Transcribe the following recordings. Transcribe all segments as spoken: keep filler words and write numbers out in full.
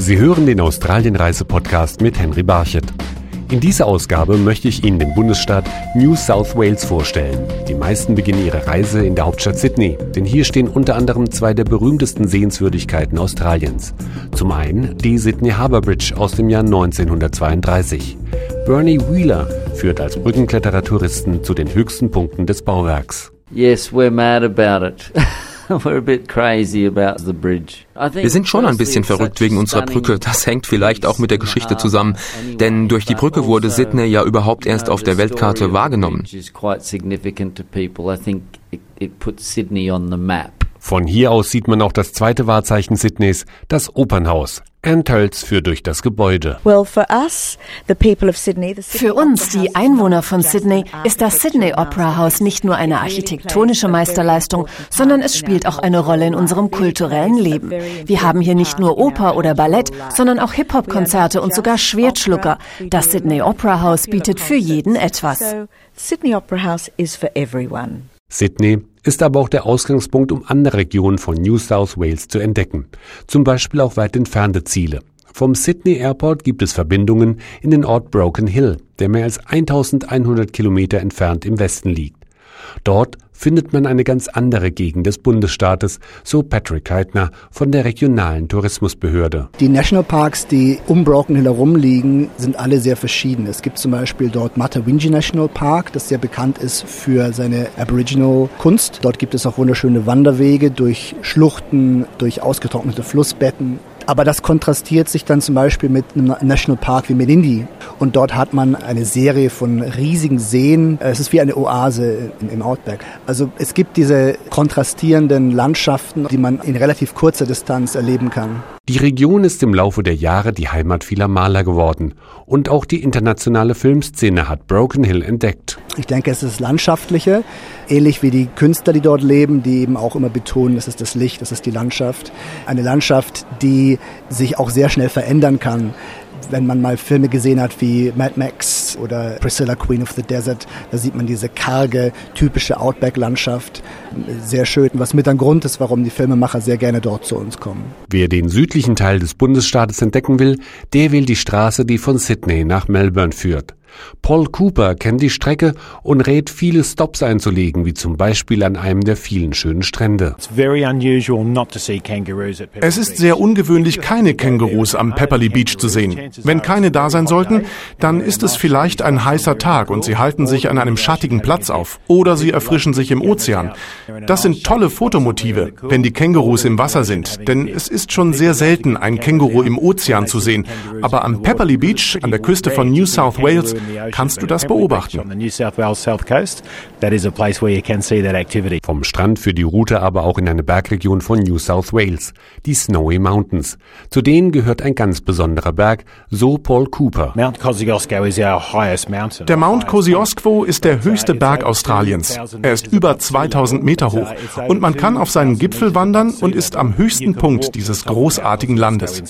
Sie hören den Australien-Reise-Podcast mit Henry Barchet. In dieser Ausgabe möchte ich Ihnen den Bundesstaat New South Wales vorstellen. Die meisten beginnen ihre Reise in der Hauptstadt Sydney, denn hier stehen unter anderem zwei der berühmtesten Sehenswürdigkeiten Australiens. Zum einen die Sydney Harbour Bridge aus dem Jahr neunzehnhundertzweiunddreißig. Bernie Wheeler führt als Brückenkletterer Touristen zu den höchsten Punkten des Bauwerks. Yes, we're mad about it. We're a bit crazy about the bridge. Wir sind schon ein bisschen verrückt wegen unserer Brücke. Das hängt vielleicht auch mit der Geschichte zusammen. Denn durch die Brücke wurde Sydney ja überhaupt erst auf der Weltkarte wahrgenommen. Von hier aus sieht man auch das zweite Wahrzeichen Sydneys, das Opernhaus. Ann Tölz führt durch das Gebäude. Für uns, die Einwohner von Sydney, ist das Sydney Opera House nicht nur eine architektonische Meisterleistung, sondern es spielt auch eine Rolle in unserem kulturellen Leben. Wir haben hier nicht nur Oper oder Ballett, sondern auch Hip-Hop-Konzerte und sogar Schwertschlucker. Das Sydney Opera House bietet für jeden etwas. Sydney Opera House is for everyone. Sydney ist aber auch der Ausgangspunkt, um andere Regionen von New South Wales zu entdecken. Zum Beispiel auch weit entfernte Ziele. Vom Sydney Airport gibt es Verbindungen in den Ort Broken Hill, der mehr als eintausendeinhundert Kilometer entfernt im Westen liegt. Dort findet man eine ganz andere Gegend des Bundesstaates, so Patrick Keitner von der regionalen Tourismusbehörde. Die Nationalparks, die um Broken Hill herumliegen, sind alle sehr verschieden. Es gibt zum Beispiel dort Matawinji National Park, das sehr bekannt ist für seine Aboriginal-Kunst. Dort gibt es auch wunderschöne Wanderwege durch Schluchten, durch ausgetrocknete Flussbetten. Aber das kontrastiert sich dann zum Beispiel mit einem Nationalpark wie Menindee. Und dort hat man eine Serie von riesigen Seen. Es ist wie eine Oase im Outback. Also es gibt diese kontrastierenden Landschaften, die man in relativ kurzer Distanz erleben kann. Die Region ist im Laufe der Jahre die Heimat vieler Maler geworden. Und auch die internationale Filmszene hat Broken Hill entdeckt. Ich denke, es ist das Landschaftliche, ähnlich wie die Künstler, die dort leben, die eben auch immer betonen, es ist das Licht, es ist die Landschaft. Eine Landschaft, die sich auch sehr schnell verändern kann. Wenn man mal Filme gesehen hat wie Mad Max oder Priscilla, Queen of the Desert, da sieht man diese karge, typische Outback-Landschaft. Sehr schön, was mit ein Grund ist, warum die Filmemacher sehr gerne dort zu uns kommen. Wer den südlichen Teil des Bundesstaates entdecken will, der wählt die Straße, die von Sydney nach Melbourne führt. Paul Cooper kennt die Strecke und rät, viele Stops einzulegen, wie zum Beispiel an einem der vielen schönen Strände. Es ist sehr ungewöhnlich, keine Kängurus am Pepperley Beach zu sehen. Wenn keine da sein sollten, dann ist es vielleicht ein heißer Tag und sie halten sich an einem schattigen Platz auf oder sie erfrischen sich im Ozean. Das sind tolle Fotomotive, wenn die Kängurus im Wasser sind, denn es ist schon sehr selten, ein Känguru im Ozean zu sehen. Aber am Pepperley Beach, an der Küste von New South Wales, kannst du das beobachten. Vom Strand führt die Route aber auch in eine Bergregion von New South Wales, die Snowy Mountains. Zu denen gehört ein ganz besonderer Berg, so Paul Cooper. Der Mount Kosciuszko ist der höchste Berg Australiens. Er ist über zweitausend Meter hoch und man kann auf seinen Gipfel wandern und ist am höchsten Punkt dieses großartigen Landes.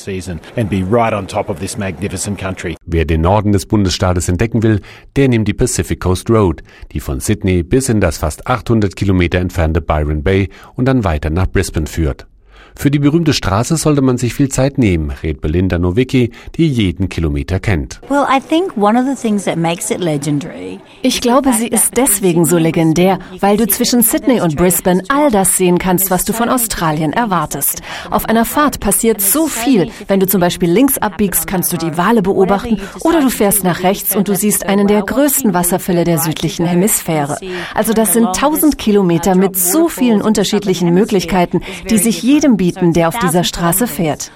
Wer den Norden des Bundesstaates entdecken will, der nimmt die Pacific Coast Road, die von Sydney bis in das fast achthundert Kilometer entfernte Byron Bay und dann weiter nach Brisbane führt. Für die berühmte Straße sollte man sich viel Zeit nehmen, rät Belinda Nowicki, die jeden Kilometer kennt. Ich glaube, sie ist deswegen so legendär, weil du zwischen Sydney und Brisbane all das sehen kannst, was du von Australien erwartest. Auf einer Fahrt passiert so viel. Wenn du zum Beispiel links abbiegst, kannst du die Wale beobachten oder du fährst nach rechts und du siehst einen der größten Wasserfälle der südlichen Hemisphäre. Also das sind tausend Kilometer mit so vielen unterschiedlichen Möglichkeiten, die sich jedem bieten, der auf dieser Straße fährt.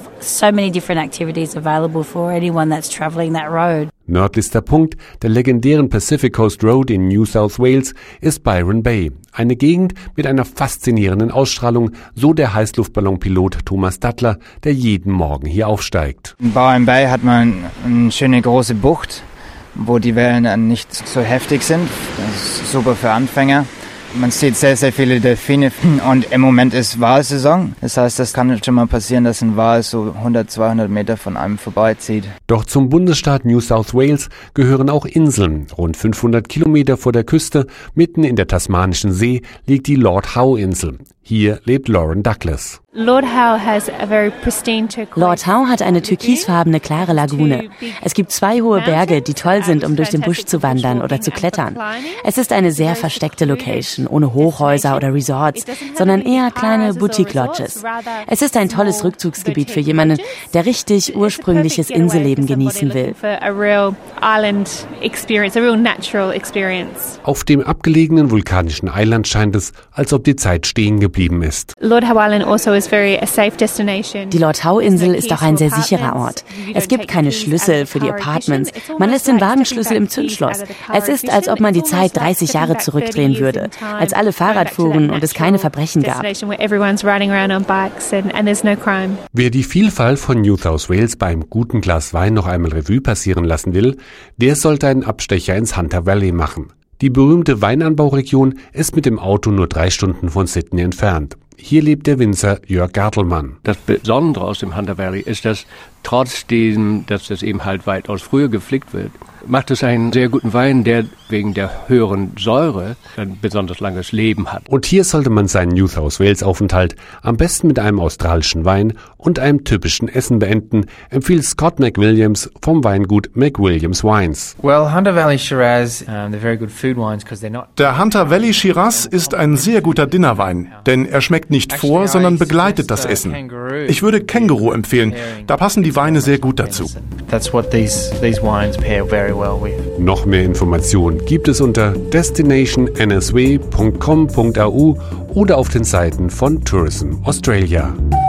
Nördlichster Punkt der legendären Pacific Coast Road in New South Wales ist Byron Bay, eine Gegend mit einer faszinierenden Ausstrahlung, so der Heißluftballonpilot Thomas Dattler, der jeden Morgen hier aufsteigt. In Byron Bay hat man eine schöne große Bucht, wo die Wellen nicht so heftig sind. Das ist super für Anfänger. Man sieht sehr, sehr viele Delfine und im Moment ist Walsaison. Das heißt, das kann schon mal passieren, dass ein Wal so hundert, zweihundert Meter von einem vorbeizieht. Doch zum Bundesstaat New South Wales gehören auch Inseln. Rund fünfhundert Kilometer vor der Küste, mitten in der Tasmanischen See, liegt die Lord Howe Insel. Hier lebt Lauren Douglas. Lord Howe has a very pristine turquoise. Lord Howe hat eine türkisfarbene, klare Lagune. Es gibt zwei hohe Berge, die toll sind, um durch den Busch zu wandern oder zu klettern. Es ist eine sehr versteckte Location, ohne Hochhäuser oder Resorts, sondern eher kleine Boutique-Lodges. Es ist ein tolles Rückzugsgebiet für jemanden, der richtig ursprüngliches Inselleben genießen will. Auf dem abgelegenen vulkanischen Island scheint es, als ob die Zeit stehen geblieben ist. Lord Howe Island also is very a safe destination. Die Lord Howe Insel ist auch ein sehr sicherer Ort. Es gibt keine Schlüssel für die Apartments. Man lässt den Wagenschlüssel im Zündschloss. Es ist, als ob man die Zeit dreißig Jahre zurückdrehen würde, als alle Fahrrad fuhren und es keine Verbrechen gab. Wer die Vielfalt von New South Wales beim guten Glas Wein noch einmal Revue passieren lassen will, der sollte einen Abstecher ins Hunter Valley machen. Die berühmte Weinanbauregion ist mit dem Auto nur drei Stunden von Sydney entfernt. Hier lebt der Winzer Jörg Gartelmann. Das Besondere aus dem Hunter Valley ist, dass trotzdem, dass das eben halt weitaus früher gepflückt wird, macht es einen sehr guten Wein, der wegen der höheren Säure ein besonders langes Leben hat. Und hier sollte man seinen New South Wales Aufenthalt am besten mit einem australischen Wein und einem typischen Essen beenden, empfiehlt Scott McWilliams vom Weingut McWilliams Wines. Well, Hunter Valley Shiraz, um, they're very good food wines because they're not. Der Hunter Valley Shiraz ist ein sehr guter Dinnerwein, denn er schmeckt nicht vor, sondern begleitet das Essen. Ich würde Känguru empfehlen, da passen die Weine sehr gut dazu. That's what these these wines pair very well with. Noch mehr Informationen gibt es unter destination n s w punkt com punkt a u oder auf den Seiten von Tourism Australia.